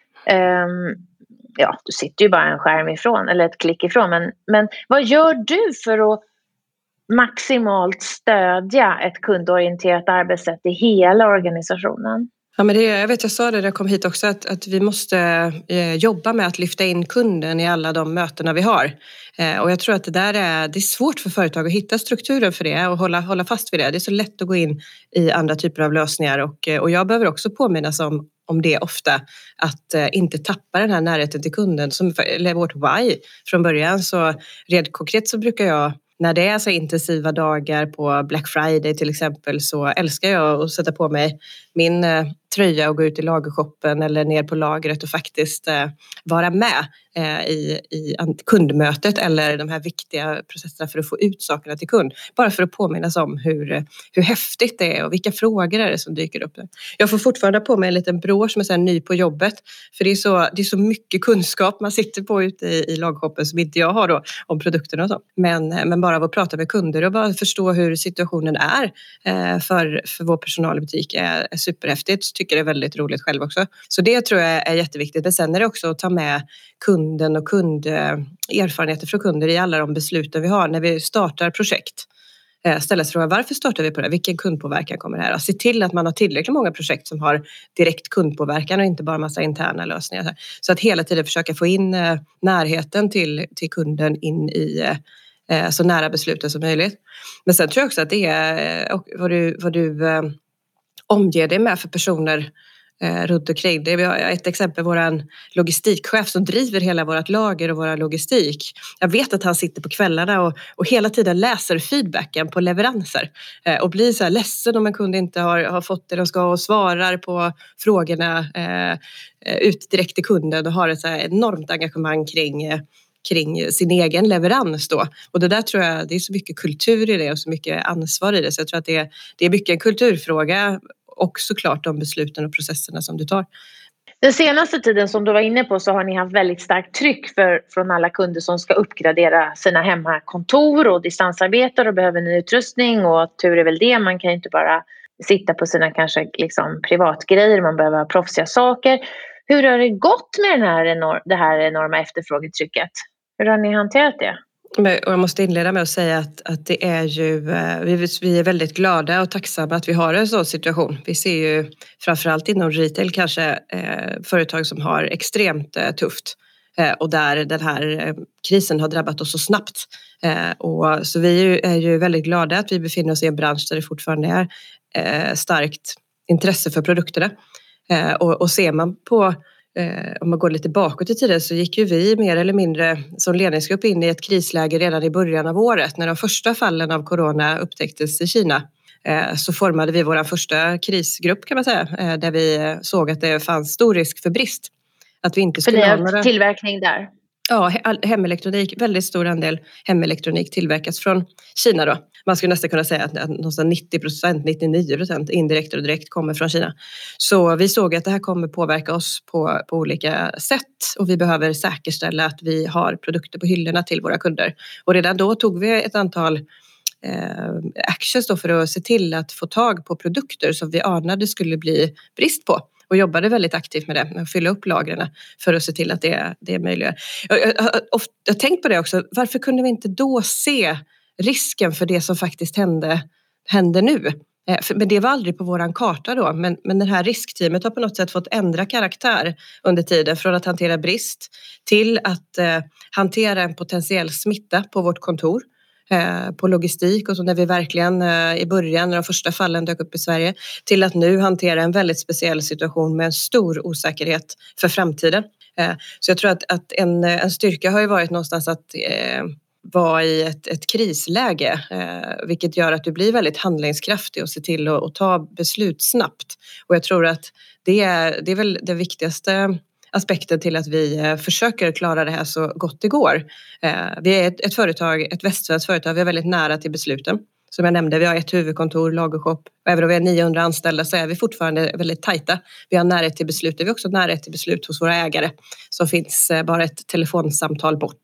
Du sitter ju bara en skärm ifrån eller ett klick ifrån. Men vad gör du för att maximalt stödja ett kundorienterat arbetssätt i hela organisationen? Ja, men jag sa det när jag kom hit också, att vi måste jobba med att lyfta in kunden i alla de mötena vi har. Och jag tror att det är svårt för företag att hitta strukturer för det och hålla fast vid det. Det är så lätt att gå in i andra typer av lösningar och jag behöver också påminnas om det ofta, att inte tappa den här närheten till kunden som vårt why från början. Så rent konkret så brukar jag, när det är så intensiva dagar på Black Friday till exempel, så älskar jag att sätta på mig min tröja och gå ut i lagershoppen eller ner på lagret och faktiskt vara med i kundmötet eller de här viktiga processerna för att få ut sakerna till kund. Bara för att påminnas om hur häftigt det är och vilka frågor är det som dyker upp. Jag får fortfarande på mig en liten brosch som är så här ny på jobbet, för det är så mycket kunskap man sitter på ute i lagershoppen som inte jag har då om produkterna och så. Men bara att prata med kunder och bara förstå hur situationen är för vår personal i butik är superhäftigt. Tycker det är väldigt roligt själv också. Så det tror jag är jätteviktigt. Men sen är det också att ta med kunden och erfarenheter från kunder i alla de besluten vi har när vi startar projekt. Ställa sig frågan, varför startar vi på det? Vilken kundpåverkan kommer det här? Se till att man har tillräckligt många projekt som har direkt kundpåverkan och inte bara massa interna lösningar. Så att hela tiden försöka få in närheten till kunden in i så nära besluten som möjligt. Men sen tror jag också att det är vad du omger dig med för personer runt omkring. Vi har ett exempel, vår logistikchef som driver hela vårt lager och vår logistik. Jag vet att han sitter på kvällarna och hela tiden läser feedbacken på leveranser och blir så här ledsen om en kund inte har fått det de ska och svarar på frågorna ut direkt till kunden och har ett så här enormt engagemang kring sin egen leverans då. Och det där tror jag, det är så mycket kultur i det och så mycket ansvar i det. Så jag tror att det är mycket en kulturfråga och såklart de besluten och processerna som du tar. Den senaste tiden som du var inne på så har ni haft väldigt starkt tryck från alla kunder som ska uppgradera sina hemmakontor och distansarbetare och behöver ny utrustning, och tur är väl det. Man kan ju inte bara sitta på sina kanske liksom privatgrejer, man behöver ha proffsiga saker. Hur har det gått med det här enorma efterfrågetrycket? Hur har ni hanterat det? Och jag måste inleda med att säga att det är ju, vi är väldigt glada och tacksamma att vi har en sån situation. Vi ser ju framförallt inom retail kanske företag som har extremt tufft och där den här krisen har drabbat oss så snabbt. Och så vi är ju väldigt glada att vi befinner oss i en bransch där det fortfarande är starkt intresse för produkterna. Och ser man på om man går lite bakåt i tiden så gick ju vi mer eller mindre som ledningsgrupp in i ett krisläge redan i början av året. När de första fallen av corona upptäcktes i Kina så formade vi vår första krisgrupp kan man säga. Där vi såg att det fanns stor risk för brist. Att vi inte skulle ha några tillverkning där? Ja, hemelektronik, väldigt stor andel hemelektronik tillverkas från Kina då. Man skulle nästan kunna säga att 90%, 99% indirekt och direkt kommer från Kina. Så vi såg att det här kommer påverka oss på olika sätt och vi behöver säkerställa att vi har produkter på hyllorna till våra kunder. Och redan då tog vi ett antal actions då för att se till att få tag på produkter som vi anade skulle bli brist på. Och jobbade väldigt aktivt med det, med att fylla upp lagren för att se till att det är möjligt. Jag har tänkt på det också, varför kunde vi inte då se risken för det som faktiskt hände nu? Men det var aldrig på våran karta då, men det här riskteamet har på något sätt fått ändra karaktär under tiden från att hantera brist till att hantera en potentiell smitta på vårt kontor. På logistik och så när vi verkligen i början när de första fallen dök upp i Sverige till att nu hantera en väldigt speciell situation med en stor osäkerhet för framtiden. Så jag tror att en styrka har ju varit någonstans att vara i ett krisläge vilket gör att du blir väldigt handlingskraftig och ser till att ta beslut snabbt. Och jag tror att det är väl det viktigaste aspekten till att vi försöker klara det här så gott det går. Vi är ett västsvenskt företag, vi är väldigt nära till besluten. Som jag nämnde, vi har ett huvudkontor, lagershop. Och även om vi är 900 anställda så är vi fortfarande väldigt tajta. Vi har närhet till beslut. Vi har också närhet till beslut hos våra ägare som finns bara ett telefonsamtal bort.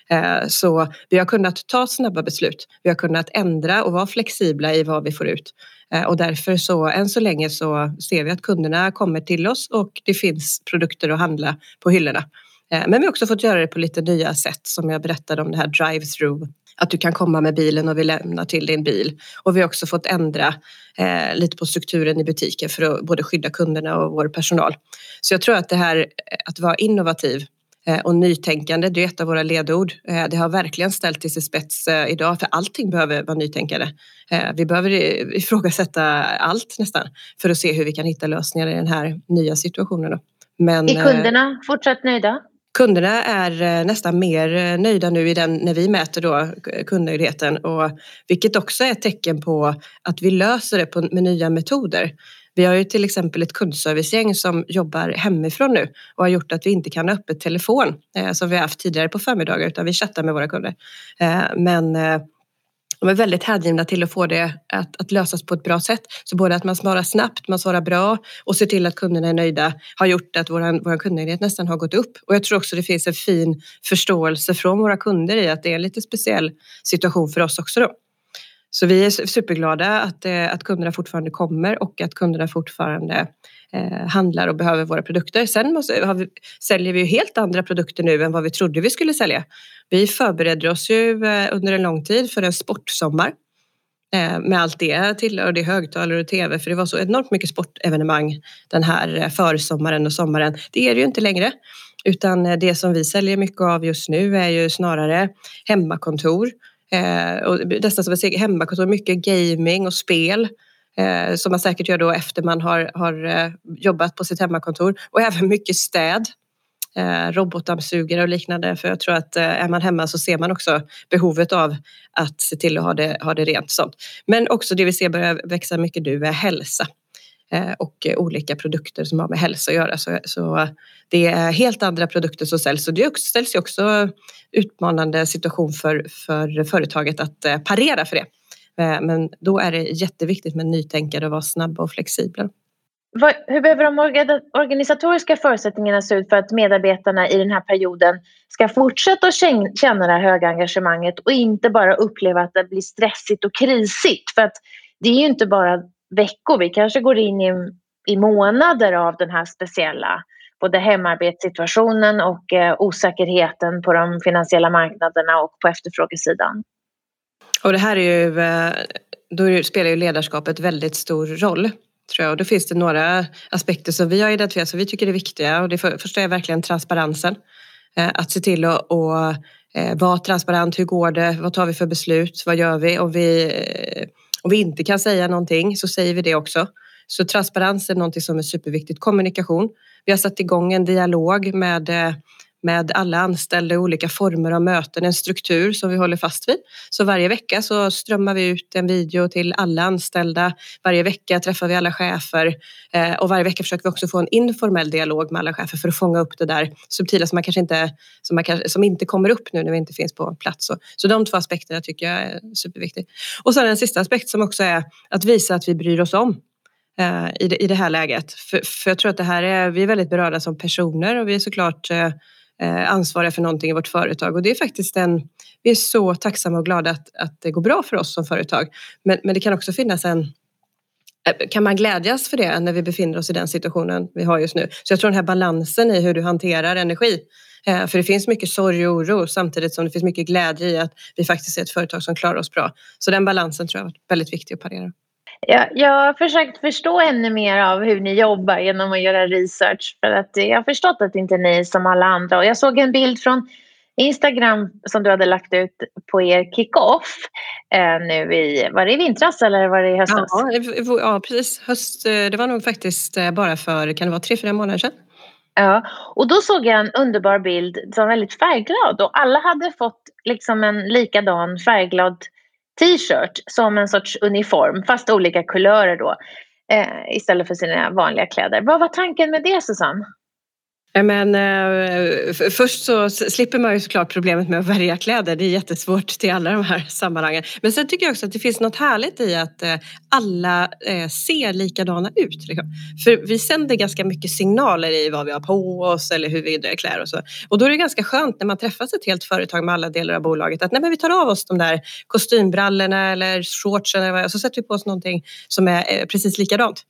Så vi har kunnat ta snabba beslut. Vi har kunnat ändra och vara flexibla i vad vi får ut. Och därför så än så länge så ser vi att kunderna kommer till oss och det finns produkter att handla på hyllorna. Men vi har också fått göra det på lite nya sätt som jag berättade om det här drive-through. Att du kan komma med bilen och vi lämnar till din bil. Och vi har också fått ändra lite på strukturen i butiken för att både skydda kunderna och vår personal. Så jag tror att det här att vara innovativ och nytänkande, det är ett av våra ledord. Det har verkligen ställt till sig spets idag för allting behöver vara nytänkande. Vi behöver ifrågasätta allt nästan för att se hur vi kan hitta lösningar i den här nya situationen. Men, är kunderna fortsatt nöjda? Kunderna är nästan mer nöjda nu när vi mäter då kundnöjdheten och vilket också är ett tecken på att vi löser det med nya metoder. Vi har ju till exempel ett kundservicegäng som jobbar hemifrån nu och har gjort att vi inte kan ha öppet telefon som vi har haft tidigare på förmiddagar utan vi chattar med våra kunder. Men de är väldigt hängivna till att få det att lösas på ett bra sätt. Så både att man svarar snabbt, man svarar bra och ser till att kunderna är nöjda har gjort att vår kundnöjdhet nästan har gått upp. Och jag tror också det finns en fin förståelse från våra kunder i att det är en lite speciell situation för oss också då. Så vi är superglada att kunderna fortfarande kommer och att kunderna fortfarande handlar och behöver våra produkter. Sen säljer vi ju helt andra produkter nu än vad vi trodde vi skulle sälja. Vi förberedde oss ju under en lång tid för en sportsommar. Med allt det till och det högtalare och tv för det var så enormt mycket sportevenemang den här försommaren och sommaren. Det är det ju inte längre. Utan det som vi säljer mycket av just nu är ju snarare hemmakontor. Och nästan som jag säger hemmakontor, mycket gaming och spel. som man säkert gör då efter man har jobbat på sitt hemmakontor. Och även mycket städ, robotdammsugare och liknande. För jag tror att är man hemma så ser man också behovet av att se till att ha det rent sånt. Men också det vi ser börjar växa mycket nu är hälsa. Och olika produkter som har med hälsa att göra. Så det är helt andra produkter som säljs. Och det ställs ju också utmanande situation för företaget att parera för det. Men då är det jätteviktigt med nytänkande och vara snabba och flexibla. Hur behöver de organisatoriska förutsättningarna se ut för att medarbetarna i den här perioden ska fortsätta att känna det här höga engagemanget och inte bara uppleva att det blir stressigt och krisigt? För att det är ju inte bara veckor, vi kanske går in i månader av den här speciella både hemarbetssituationen och osäkerheten på de finansiella marknaderna och på efterfrågesidan. Och det här är ju, då spelar ju ledarskapet väldigt stor roll, tror jag. Och då finns det några aspekter som vi har identifierat som vi tycker är viktiga. Och det första är verkligen transparensen. Att se till att vara transparent. Hur går det? Vad tar vi för beslut? Vad gör vi? Om vi inte kan säga någonting så säger vi det också. Så transparens är någonting som är superviktigt. Kommunikation. Vi har satt igång en dialog med alla anställda i olika former av möten, en struktur som vi håller fast vid. Så varje vecka så strömmar vi ut en video till alla anställda. Varje vecka träffar vi alla chefer och varje vecka försöker vi också få en informell dialog med alla chefer för att fånga upp det där subtila som inte kommer upp nu när vi inte finns på plats. Så de två aspekterna tycker jag är superviktigt. Och sen en sista aspekt som också är att visa att vi bryr oss om i det här läget. För jag tror att vi är väldigt berörda som personer och vi är såklart ansvariga för någonting i vårt företag. Och det är faktiskt vi är så tacksamma och glada att det går bra för oss som företag. Men det kan också finnas kan man glädjas för det när vi befinner oss i den situationen vi har just nu. Så jag tror den här balansen i hur du hanterar energi. För det finns mycket sorg och oro samtidigt som det finns mycket glädje i att vi faktiskt är ett företag som klarar oss bra. Så den balansen tror jag är väldigt viktig att parera. Jag har försökt förstå ännu mer av hur ni jobbar genom att göra research. För att jag har förstått att inte ni är som alla andra. Och jag såg en bild från Instagram som du hade lagt ut på er kick-off. Var det i vintras eller var det i höstas? Ja, precis. Det var nog faktiskt bara för, kan det vara 3-4 månader sedan? Ja, och då såg jag en underbar bild som var väldigt färgglad. Och alla hade fått liksom en likadan färgglad t-shirt som en sorts uniform, fast olika kulörer då, istället för sina vanliga kläder. Vad var tanken med det, Susanne? Men först så slipper man ju såklart problemet med att välja kläder. Det är jättesvårt till alla de här sammanhangen. Men sen tycker jag också att det finns något härligt i att alla ser likadana ut. Liksom. För vi sänder ganska mycket signaler i vad vi har på oss eller hur vi klär oss. Och då är det ganska skönt när man träffas ett helt företag med alla delar av bolaget att vi tar av oss de där kostymbrallorna eller shortsen eller så sätter vi på oss någonting som är precis likadant.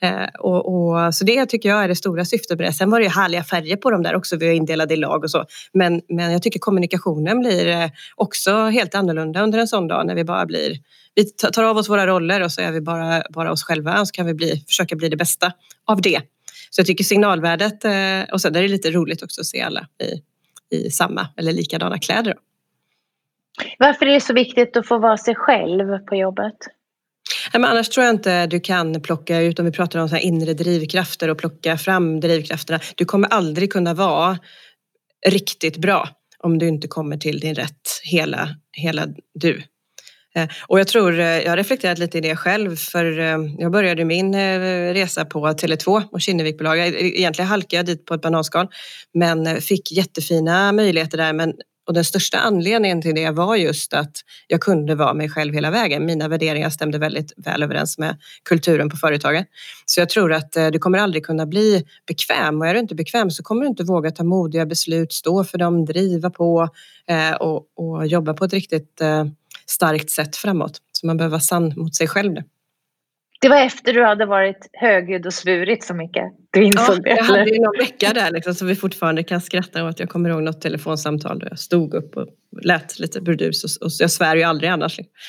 Så det tycker jag är det stora syftet med det. Sen var det ju härliga färger på dem där också. Vi är indelade i lag och så. Men jag tycker kommunikationen blir också helt annorlunda under en sån dag när vi tar av oss våra roller och så är vi bara oss själva och så kan vi försöka bli det bästa av det. Så jag tycker signalvärdet och sen är det lite roligt också att se alla i samma eller likadana kläder. Varför är det så viktigt att få vara sig själv på jobbet? Men annars tror jag inte du kan plocka ut, om vi pratar om så här inre drivkrafter och plocka fram drivkrafterna. Du kommer aldrig kunna vara riktigt bra om du inte kommer till din rätt hela du. Och jag tror, jag har reflekterat lite i det själv för jag började min resa på Tele2 och Kinnevikbolag. Egentligen halkade jag dit på ett bananskal men fick jättefina möjligheter där och den största anledningen till det var just att jag kunde vara mig själv hela vägen. Mina värderingar stämde väldigt väl överens med kulturen på företaget. Så jag tror att du kommer aldrig kunna bli bekväm. Och är du inte bekväm så kommer du inte våga ta modiga beslut, stå för dem, driva på och jobba på ett riktigt starkt sätt framåt. Så man behöver vara sann mot sig själv. Det var efter du hade varit högljudd och svurit så mycket. Du insåg det. Jag hade ju någon vecka där liksom, så vi fortfarande kan skratta åt. Jag kommer ihåg något telefonsamtal där jag stod upp och lät lite burdus. Och jag svär ju aldrig annars.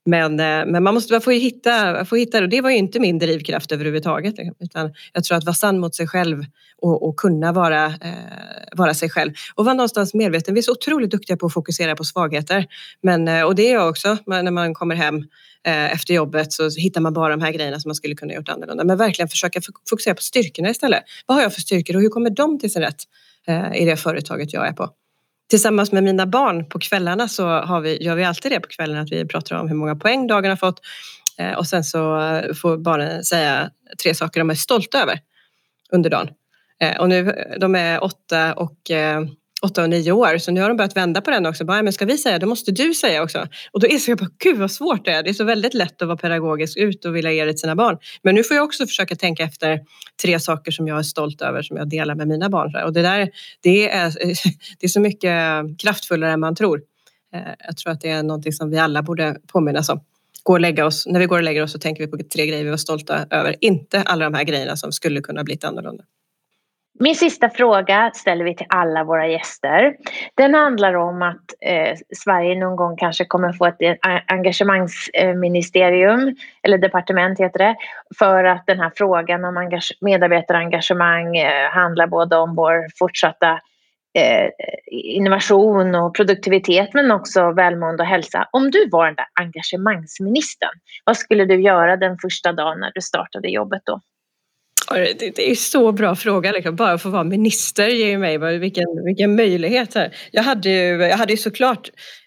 Men man måste få hitta, och det var ju inte min drivkraft överhuvudtaget. Utan jag tror att vara sann mot sig själv och kunna vara sig själv. Och vara någonstans medveten. Vi är så otroligt duktiga på att fokusera på svagheter. Och det är jag också. När man kommer hem efter jobbet så hittar man bara de här grejerna som man skulle kunna gjort annorlunda. Men verkligen försöka fokusera på styrkorna istället. Vad har jag för styrkor och hur kommer de till sin rätt i det företaget jag är på? Tillsammans med mina barn på kvällarna så gör vi alltid det på kvällen, att vi pratar om hur många poäng dagen har fått. Och sen så får barnen säga 3 saker de är stolta över under dagen. Och nu, de är 8 och 9 år, så nu har de börjat vända på den också. Men ska vi säga, då måste du säga också. Och då är så jag bara, gud vad svårt det är. Det är så väldigt lätt att vara pedagogisk ut och vilja ge det till sina barn. Men nu får jag också försöka tänka efter 3 saker som jag är stolt över, som jag delar med mina barn. Och det är så mycket kraftfullare än man tror. Jag tror att det är någonting som vi alla borde påminnas om. När vi går och lägger oss så tänker vi på 3 grejer vi var stolta över. Inte alla de här grejerna som skulle kunna bli annorlunda. Min sista fråga ställer vi till alla våra gäster. Den handlar om att Sverige någon gång kanske kommer få ett engagemangsministerium, eller departement heter det, för att den här frågan om medarbetarengagemang handlar både om vår fortsatta innovation och produktivitet, men också välmående och hälsa. Om du var den där engagemangsministern, vad skulle du göra den första dagen när du startade jobbet då? Det är så bra fråga. Liksom. Bara att få vara minister ger mig vilken möjlighet här. Jag hade ju såklart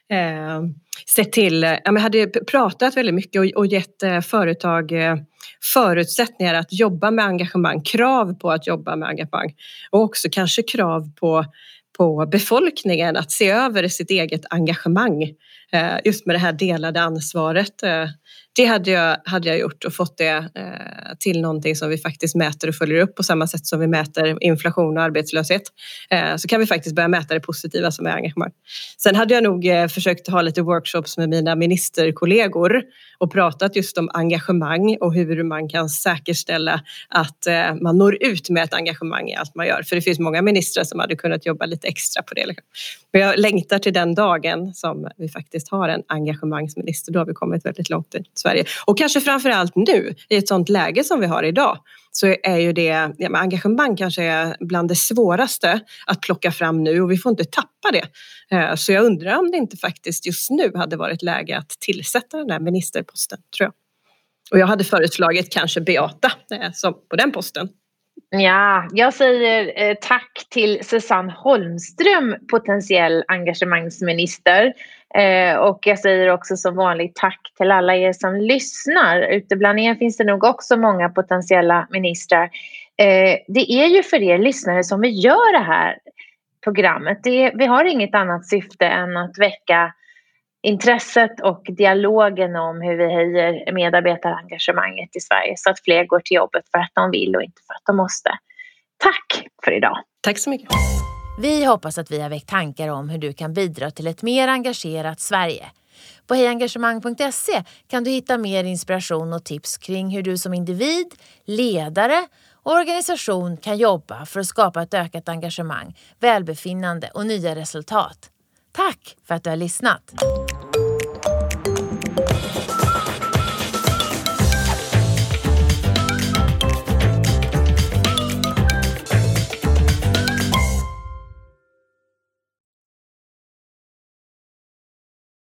sett till, jag hade pratat väldigt mycket och gett företag förutsättningar att jobba med engagemang, krav på att jobba med engagemang och också kanske krav på befolkningen att se över sitt eget engagemang just med det här delade ansvaret. Det hade jag gjort och fått det till någonting som vi faktiskt mäter och följer upp på samma sätt som vi mäter inflation och arbetslöshet. Så kan vi faktiskt börja mäta det positiva som är engagemang. Sen hade jag nog försökt ha lite workshops med mina ministerkollegor och pratat just om engagemang och hur man kan säkerställa att man når ut med ett engagemang i allt man gör. För det finns många ministrar som hade kunnat jobba lite extra på det. Men jag längtar till den dagen som vi faktiskt har en engagemangsminister. Då har vi kommit väldigt långt i Sverige. Och kanske framförallt nu i ett sånt läge som vi har idag så är ju det, engagemang kanske är bland det svåraste att plocka fram nu och vi får inte tappa det. Så jag undrar om det inte faktiskt just nu hade varit läge att tillsätta den här ministerposten, tror jag. Och jag hade föreslagit kanske Beata som på den posten. Ja, jag säger tack till Susanne Holmström, potentiell engagemangsminister. Och jag säger också som vanligt tack till alla er som lyssnar. Ute bland er finns det nog också många potentiella ministrar. Det är ju för er lyssnare som vi gör det här programmet. Vi har inget annat syfte än att väcka intresset och dialogen om hur vi höjer medarbetarengagemanget i Sverige så att fler går till jobbet för att de vill och inte för att de måste. Tack för idag. Tack så mycket. Vi hoppas att vi har väckt tankar om hur du kan bidra till ett mer engagerat Sverige. På hejengagemang.se kan du hitta mer inspiration och tips kring hur du som individ, ledare och organisation kan jobba för att skapa ett ökat engagemang, välbefinnande och nya resultat. Tack för att du har lyssnat!